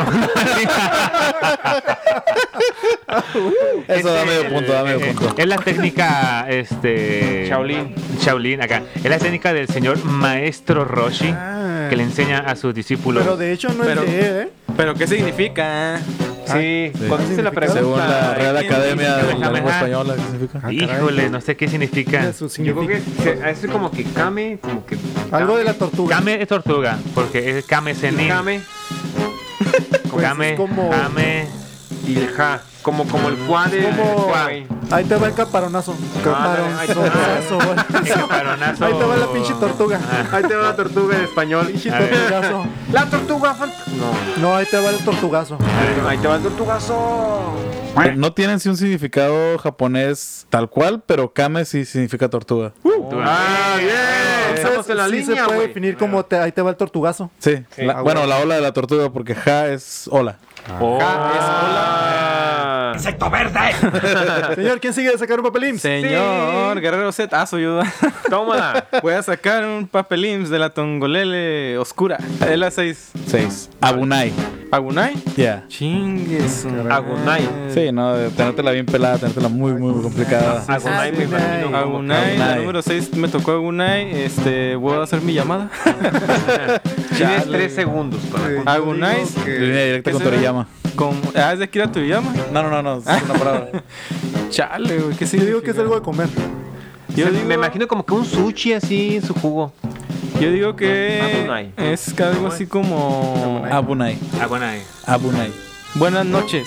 Eso da medio punto, Es la técnica, Shaolin, acá. Es la técnica del señor Maestro Roshi que le enseña a sus discípulos. Pero de hecho no es de ¿Pero qué significa? Sí, conteste la pregunta. Según la Real Academia de la Lengua Española, ¿qué significa? Híjole, no sé qué significa. Yo creo que es como que kame, como que algo de la tortuga. Kame es tortuga, porque es kame senin. Kame. Pues Kame, es como kame y el ja. Como el Juan de. Ahí te va el caparonazo. Caparonazo. Caparonazo. Ahí te va la pinche tortuga. Ahí te va la tortuga en español. Pinche tortugazo. La tortuga. No, ahí te va el tortugazo. Ahí te va el tortugazo. No tienen sí un significado japonés tal cual, pero kame sí significa tortuga. Bien. Estamos en la sí línea, se puede güey. definir como ahí te va el tortugazo. Sí. Bueno, la ola de la tortuga, porque ja es ola. Ja es ola. ¡Insecto verde! Señor, ¿quién sigue de sacar un papelín? Señor Guerrero Z, soy yo. Tómala. Voy a sacar un papelín de la Tongolele oscura. Es la 6. Abunai. ¿Agunai? Ya. Chingues. Agunai. Sí, no, de tenértela bien pelada, tenértela muy, muy complicada. Agunai me imagino. Agunai, la número 6 me tocó Agunai. ¿Puedo hacer mi llamada? Tienes 3 segundos para Agunai. Línea directa con Toriyama. ¿Es de Akira Toriyama? No, es una palabra. Chale, güey, ¿qué Yo significa? digo que es algo de comer. Me imagino como que un sushi así en su jugo. Yo digo que Abunai. es algo así como Abunai. buenas noches.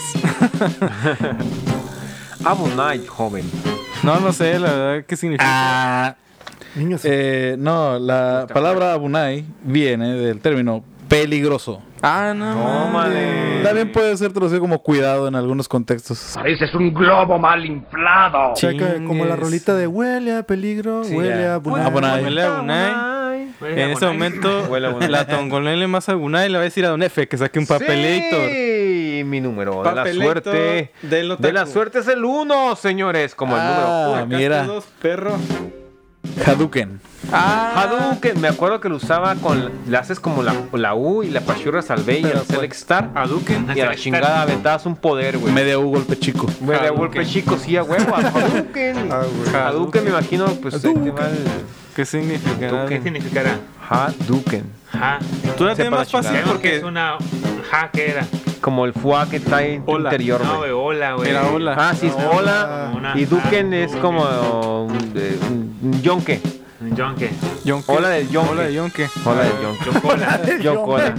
Abunai, joven. No sé, la verdad, ¿qué significa? Niños. No, la palabra Abunai viene del término peligroso. Tómale. También puede ser traducido como cuidado en algunos contextos. Pareces un globo mal inflado. Checa como la rolita de huele a peligro, huele a Bunai. Huele a Bunai. En ese momento, la tongolele más a Bunai le va a decir a Don Efe que saque un papelator. Sí, mi número de la Papelator suerte. del otaku. De la suerte es el 1, señores. Como el número 1. Mira. Dos, perro. Hadouken. Hadouken, me acuerdo que lo usaba con. Le haces como la U y la pachurras al B y al Select Star. Hadouken. Y a la chingada aventabas un poder, güey. Media U, golpe chico. Media golpe chico, sí, a huevo. Hadouken. Hadouken, me imagino, pues. ¿Qué significará? ¿Qué significará? Hadouken. Tú la tienes más fácil Porque es porque una ¿qué era? Como el fuá que está en tu interior, No, güey. güey, hola, güey. era hola. Ah, sí, es hola. Y Duken es como un yonke. Un yonke. Hola del yonke. Hola de Yonke. Hola del yonke. Yoncola.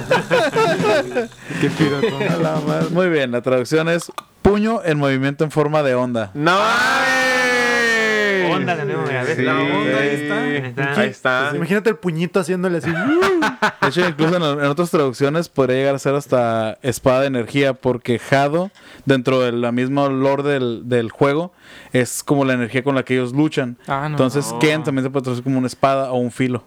Qué pirotón. Muy bien, la traducción es puño en movimiento en forma de onda. ¡No! Onda tenemos, mira, ¿ves? Sí, La onda, ahí está. Pues imagínate el puñito haciéndole así. De hecho, incluso en otras traducciones podría llegar a ser hasta espada de energía, porque Hado, dentro de la misma lore del juego, es como la energía con la que ellos luchan. Entonces, Ken también se puede traducir como una espada o un filo.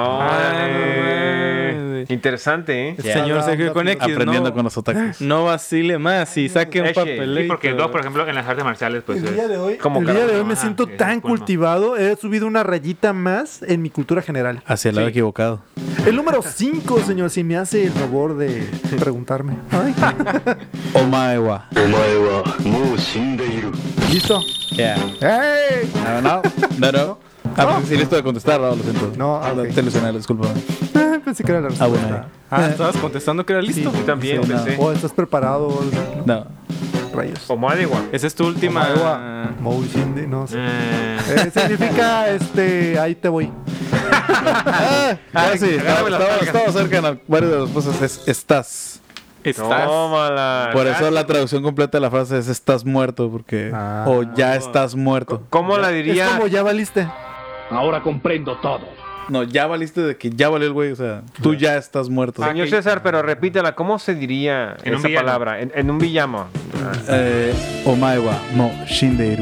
Interesante, ¿eh? Señor Sergio con X, aprendiendo con los otakus. No vacile más y saque un papelito. Sí, porque el 2, por ejemplo, en las artes marciales, pues. El día de hoy, como me siento tan cultivado. He subido una rayita más en mi cultura general. Hacia el lado equivocado. El número 5, señor, si me hace el favor de preguntarme. Omae wa. ¿Listo? Yeah. ¡Hey! No. Sí, listo de contestar, lo siento. No, ok. Te ilusioné, disculpa. Pensé que era la respuesta. ¿Estabas contestando que era listo? Sí, también pensé. O estás preparado. No. Rayos. Como Adewa. Esa es tu última. Moushinde, no sé. Significa ahí te voy. Sí, estaba cerca en varias de las cosas. Estás. Tómala. Por eso la traducción completa de la frase es estás muerto, porque o ya estás muerto. ¿Cómo la diría? Es como ya valiste. Ahora comprendo todo. No, ya valiste de que ya valió el güey, o sea, tú ya estás muerto. Señor César, pero repítela, ¿cómo se diría En esa un palabra? En un villamo. Omae wa no shindeiru.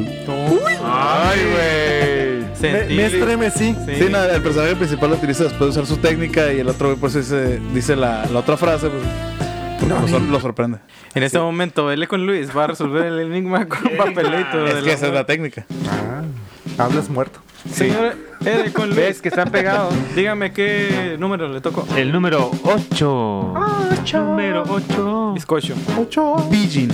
Ay, güey. Me estremecí. Sí, no, el personaje principal lo utiliza después de usar su técnica y el otro güey pues dice la otra frase, pues lo sorprende. En este momento, él con Luis va a resolver el enigma con un papelito. Es que esa es la técnica. Hablas muerto. Señor, con Luis. ¿Ves que están pegados? Dígame qué número le tocó. El número 8. Número 8. Bizcocho. 8. Bijin.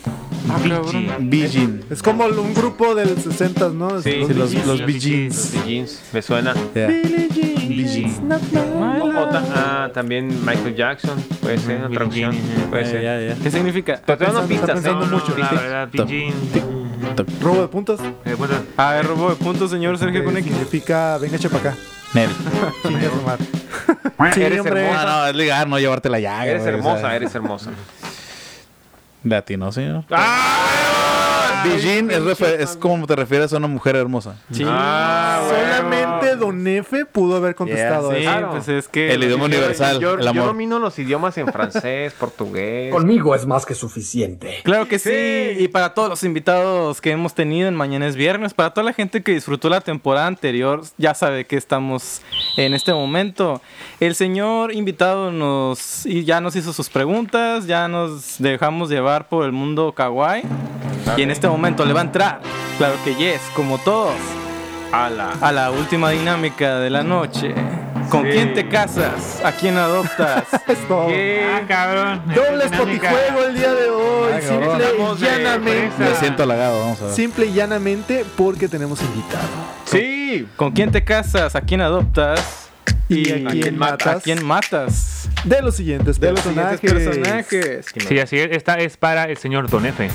Bijin. Es como un grupo del 60, ¿no? Sí, los Los Bee Gees. Bee Gees, me suena. Yeah. Billie Jean. También Michael Jackson. Puede ser una traducción. Puede ser. ¿Qué significa? Pero te dan pistas, pensando mucho. La verdad, Pidgin. Robo de puntos. A ver, robo de puntos, señor Sergio con X. Significa venga, echa para acá. Nel. Chinga su madre. Sí, Eres hombre. hermosa. No, es ligar, no llevarte la llaga. Eres güey, hermosa, o sea. eres hermosa. Latino, señor. Bijin es como te refieres a una mujer hermosa. Sí. Solamente Don F pudo haber contestado Sí, eso. Claro. pues es que... El idioma universal, Yo el amor. domino los idiomas en francés, portugués. Conmigo es más que suficiente. Claro que sí. Y para todos los invitados que hemos tenido en Mañana es Viernes, para toda la gente que disfrutó la temporada anterior, ya sabe que estamos en este momento. El señor invitado ya nos hizo sus preguntas, ya nos dejamos llevar por el mundo kawaii. Y en este momento le va a entrar, claro que yes, como todos, a la última dinámica de la noche. ¿Con quién te casas? ¿A quién adoptas? Esto. Cabrón. Doble spotijuego el día de hoy. Simple y llanamente. Me siento halagado, vamos a ver. Simple y llanamente porque tenemos invitado. Sí. ¿Con quién te casas? ¿A quién adoptas? ¿Y a quién matas? ¿A quién matas? De los siguientes personajes. Sí, así es. Esta es para el señor Don F.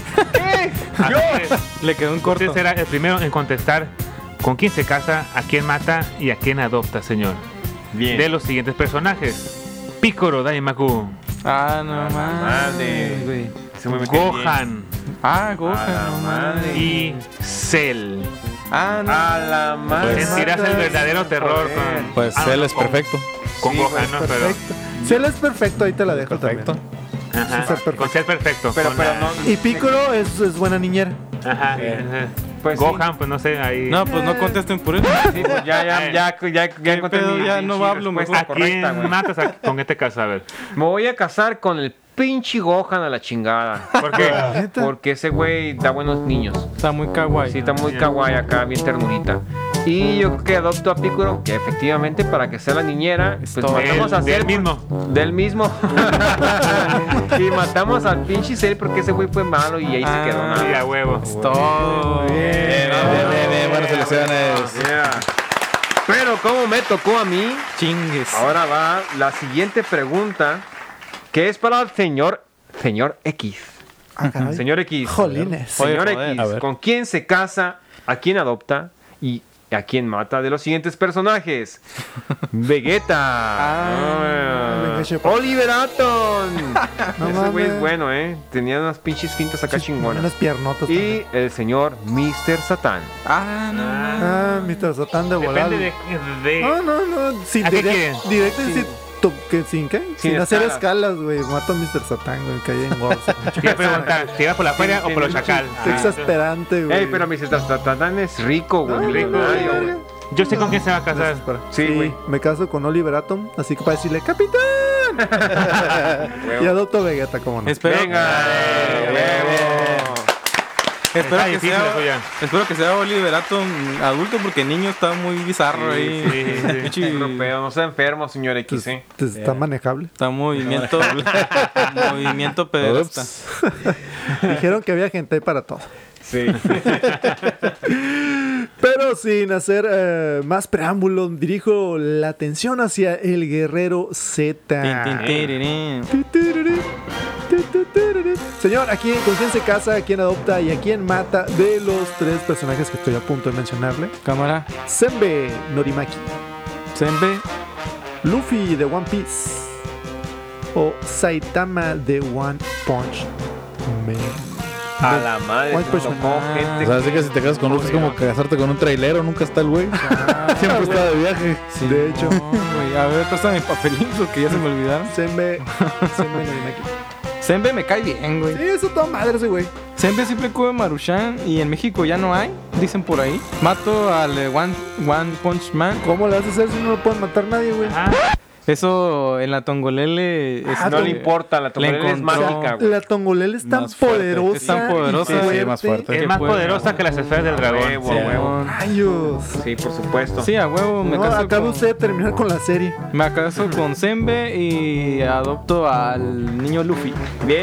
Le quedó un corto. Usted será el primero en contestar con quién se casa, a quién mata y a quién adopta, señor. Bien. De los siguientes personajes: Piccolo Daimaku, Ah, no Madre. güey. Se mueve muy bien. Gohan Ah, A Gohan. la madre. y Cell. Ah, no. A la madre. Sentirás el verdadero terror Pues él es perfecto. con Gohan, ¿no? Pero Si él es perfecto, ahí te la dejo Perfecto. también. Ajá, Ser perfecto. con ser perfecto. Pero Y Piccolo es buena niñera. Ajá. Pues Gohan, pues no sé, ahí. No, pues no contesten por él. Sí, pues ya encontré pedo? mi Ya no hablo respuesta mejor. ¿A quién correcta, güey. matas con este caso? A ver. Me voy a casar con el pinche Gohan a la chingada. ¿Por qué? Porque ese güey da buenos niños. Está muy kawaii. Sí, está muy kawaii acá, bien ternurita. Y yo creo que adopto a Piccolo, que efectivamente para que sea la niñera, pues matamos a Cell. Del mismo. Y matamos al pinche Cell porque ese güey fue malo y ahí se quedó nada. Sí, a huevo. Todo. Bien, buenas elecciones. Yeah. Pero como me tocó a mí, Chingues. ahora va la siguiente pregunta, que es para el señor X. Caray. Señor X. Jolines. Señor Oye, joder, X, a ver. ¿con quién se casa? ¿A quién adopta? ¿Y a quién mata de los siguientes personajes? Vegeta. Oliver Atom. No Ese güey es mames. bueno, Tenía unas pinches fintas acá chingonas. Unas piernotas. Y el señor Mr. Satán. Mr. Satán de volado. Depende de. No. Sin ¿A qué directo, sin qué? Sin hacer escalas, güey. Mato a Mr. Satán, güey. Caí en Wars. Te iba a preguntar, ¿te ibas por la feria o por los chacal? Qué exasperante, güey. Ey, pero Mr. Satán es rico, güey. rico, millonario, güey. Yo sé con quién se va a casar. Sí, güey. Me caso con Oliver Atom, así que para decirle ¡Capitán! Y adopto a Vegeta, como no. Espero, Venga, espero, Está que difícil sea, la tuya. espero que sea Oliver Atom adulto porque niño está muy bizarro ahí. Pinche- Europeo, no sea enfermo, señor X, Está manejable. Está movimiento pederasta. Dijeron que había gente ahí para todo. Sí. Pero sin hacer más preámbulos, dirijo la atención hacia el guerrero Z. Señor, ¿con quién se casa, a quién adopta y a quién mata de los tres personajes que estoy a punto de mencionarle? Cámara. Senbei Norimaki, Senbei. Luffy de One Piece o Saitama de One Punch Man. A la madre, One me Punch tocó Man. gente. O sea, así que si te casas con Luffy es como casarte con un trailero, nunca está el güey. Siempre está de viaje. De hecho, Güey, a ver, préstame mi papelito porque ya se me olvidaron. Senbei Norimaki. Senbei me cae bien, güey. Sí, eso toda madre ese güey. Senbei siempre come Maruchan y en México ya no hay, dicen por ahí. Mato al One Punch Man. ¿Cómo le vas a hacer si no lo puede matar nadie, güey? Eso en la Tongolele No le importa, la Tongolele es encontró. mágica, güey. La Tongolele es tan Más fuerte. poderosa. Es tan poderosa. y Sí, más fuerte. Es que más puede- poderosa que las esferas del dragón. Huevo, huevo. Rayos. Sí, por supuesto. Sí, a huevo, me No, caso acaba con... usted de terminar con la serie. Me caso con Senbei y adopto al niño Luffy. Bien.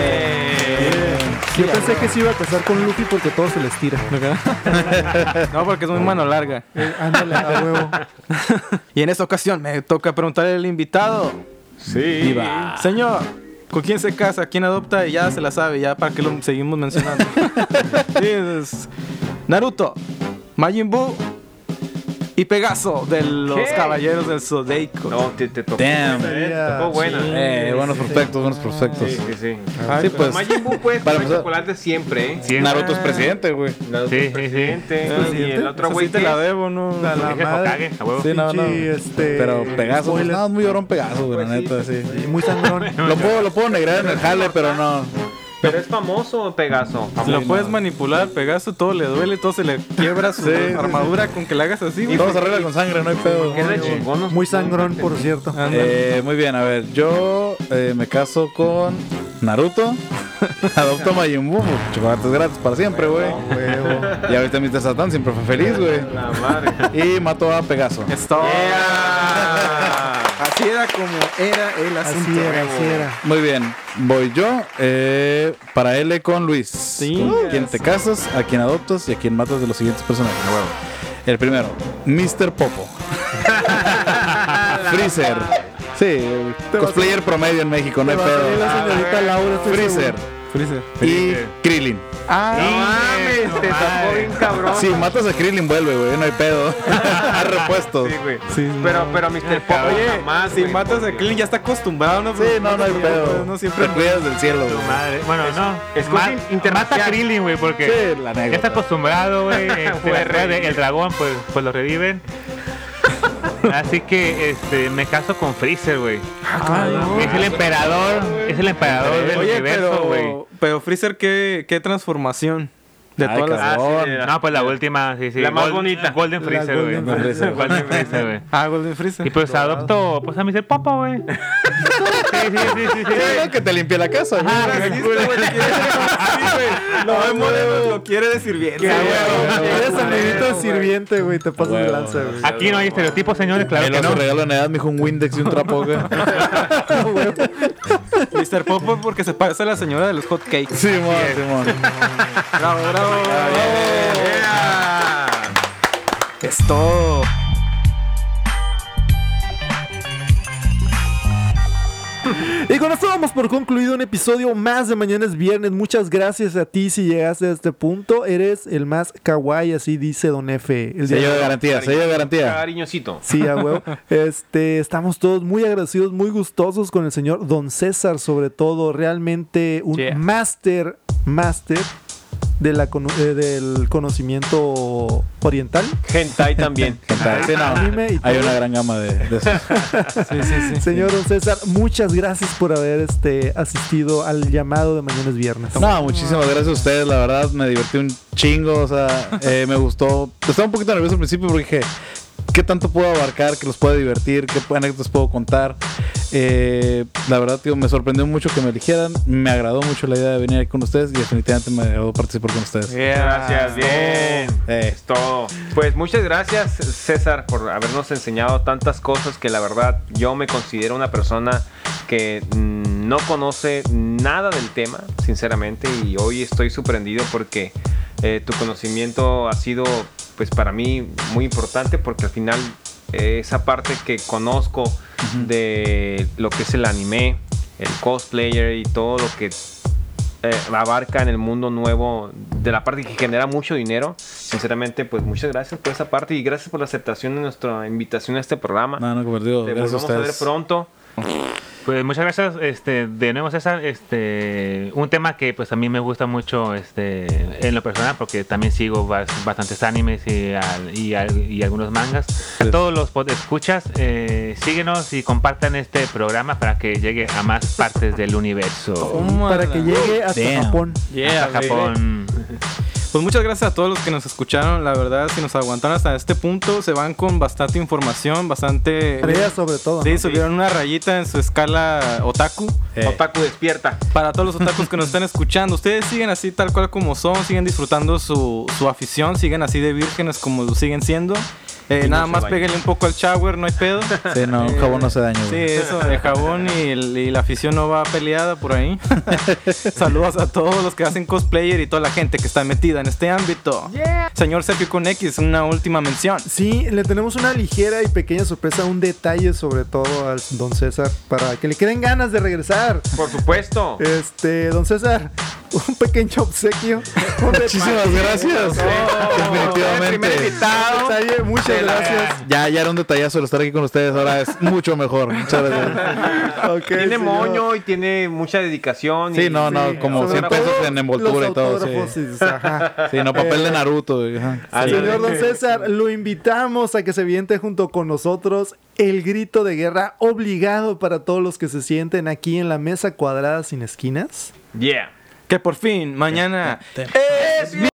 Yo pensé que se iba a casar con Luffy porque todo se les tira. No, porque es muy mano larga. Ándale, a huevo. Y en esta ocasión me toca preguntarle al invitado. Sí. Señor, ¿con quién se casa? ¿Quién adopta? Y ya se la sabe, ya para que lo seguimos mencionando. Sí, es Naruto, Majin Buu y Pegaso de los ¿Qué? Caballeros del Zodíaco. No, te tocó. Damn. Te tocó buena. Buenos prospectos, buenos prospectos. Sí, sí, sí. Sí, pues. Majin Buu puede para comer empezar- chocolate siempre, ¿eh? Sí, Naruto es presidente, güey. Naruto Sí, es sí, presidente. Y el otro Esa güey sí te que la es- debo, ¿no? La Dije madre. Hokage, a huevo. Sí, no, no. Pinche, Pero Pegaso, pues, spoiler. no, es muy llorón Pegaso, güey, la neta, sí. Y muy sangrón. Lo puedo negrar en el jale, pero no. Pero es famoso, Pegaso. Si lo puedes manipular, Pegaso, todo le duele, todo se le quiebra su armadura con que le hagas así, güey. Vamos a arreglar con sangre, no hay pedo. Que es de chingón. Muy sangrón, por cierto. Muy bien, a ver, yo me caso con Naruto, adopto a Majin Buu, chocolates gratis para siempre, güey. Y ahorita Mr. Satan siempre fue feliz, güey. La madre. Y mato a Pegaso. Esto. Así era como era el asunto. Así era. Muy bien, voy yo. Para L con Luis. Sí. ¿Con quién te casas? ¿A quién adoptas? ¿Y a quién matas de los siguientes personajes? El primero, Mr. Popo. Freezer. Sí, cosplayer promedio en México, no hay Te va a salir pedo. la señorita Laura, estoy Freezer. Freezer. Y Krillin. No mames, te tocó bien cabrón. Si matas a Krillin, vuelve, güey, no hay pedo. Hay repuestos. Sí, güey. Sí, Pero Mr. Popo Oye, jamás, si güey, matas a porque- Krillin ya está acostumbrado, ¿no? Sí, no hay pedo. No siempre. Te cuidas del cielo, güey. Madre. Bueno, no. Escoge Mata a Krillin, güey, porque Sí, la ya neta. está acostumbrado, güey. Puede El dragón, pues lo reviven. Así que me caso con Freezer, güey. Es el emperador del universo, güey. Pero Freezer, ¿qué transformación? De todas las... No, pues la última, sí. La más bonita. Golden Freezer, güey. Golden Freezer, güey. Golden Freezer. Y pues adopto, pues a mí ser Popo, güey. Sí. Que te limpie la casa. Lo quiere de sirviente. Eres amiguito de sirviente, güey. Te pasas de lanza, güey. Aquí no hay estereotipos, señores, claro que no. Su regalo de Navidad, mijo, un Windex y un trapo, güey. Mr. Popo porque se parece a la señora de los hot cakes. Simón. Bravo. Es todo. Y con esto damos por concluido un episodio más de Mañana es Viernes. Muchas gracias a ti si llegaste a este punto. Eres el más kawaii, así dice Don F. Sello de garantía. Cariñosito. Sí, a huevo. Estamos todos muy agradecidos, muy gustosos con el señor Don César, sobre todo. Realmente un máster del conocimiento oriental. Hentai también. Sí, hay una gran gama de eso. Sí. Señor Don César, muchas gracias por haber asistido al llamado de Mañana es Viernes. No, muchísimas gracias a ustedes, la verdad me divertí un chingo, o sea, me gustó. Estaba un poquito nervioso al principio porque dije, ¿qué tanto puedo abarcar? ¿Qué los puedo divertir? ¿Qué anécdotas puedo contar? La verdad, tío, me sorprendió mucho que me eligieran. Me agradó mucho la idea de venir aquí con ustedes y definitivamente me agradó participar con ustedes. Gracias, bien. Es todo. Pues muchas gracias, César, por habernos enseñado tantas cosas que la verdad yo me considero una persona que no conoce nada del tema, sinceramente, y hoy estoy sorprendido porque tu conocimiento ha sido, pues para mí, muy importante porque al final esa parte que conozco de lo que es el anime, el cosplayer y todo lo que abarca en el mundo nuevo, de la parte que genera mucho dinero, sinceramente, pues muchas gracias por esa parte y gracias por la aceptación de nuestra invitación a este programa. No, convertido. Te Gracias volvemos a ver pronto. Pues muchas gracias, de nuevo, César. Un tema que pues a mí me gusta mucho en lo personal, porque también sigo bastantes animes y algunos mangas. A todos los escuchas, síguenos y compartan este programa para que llegue a más partes del universo. Para que llegue hasta Japón. Hasta Japón. Pues muchas gracias a todos los que nos escucharon. La verdad, si nos aguantaron hasta este punto, se van con bastante información, bastante... Tareas sobre todo. Sí, subieron una rayita en su escala otaku. Otaku despierta. Para todos los otakus que nos están escuchando, ustedes siguen así tal cual como son, siguen disfrutando su afición, siguen así de vírgenes como lo siguen siendo. Nada más péguenle un poco al shower, no hay pedo. Sí, no, un jabón no hace daño. Sí, eso, el jabón y la afición no va peleada por ahí. Saludos a todos los que hacen cosplayer y toda la gente que está metida en este ámbito. Señor Sergio con X, una última mención. Sí, le tenemos una ligera y pequeña sorpresa, un detalle sobre todo al Don César, para que le queden ganas de regresar. Por supuesto. Don César, un pequeño obsequio. Muchísimas gracias. Definitivamente. Invitado. Detalle, muchas gracias. Ya era un detallazo el estar aquí con ustedes. Ahora es mucho mejor. Muchas gracias. Tiene moño y tiene mucha dedicación. Sí, como 100 pesos en envoltura y todo. Sí, no, papel de Naruto. Señor Don César, lo invitamos a que se viente junto con nosotros el grito de guerra obligado para todos los que se sienten aquí en la mesa cuadrada sin esquinas. Yeah. Que por fin, mañana es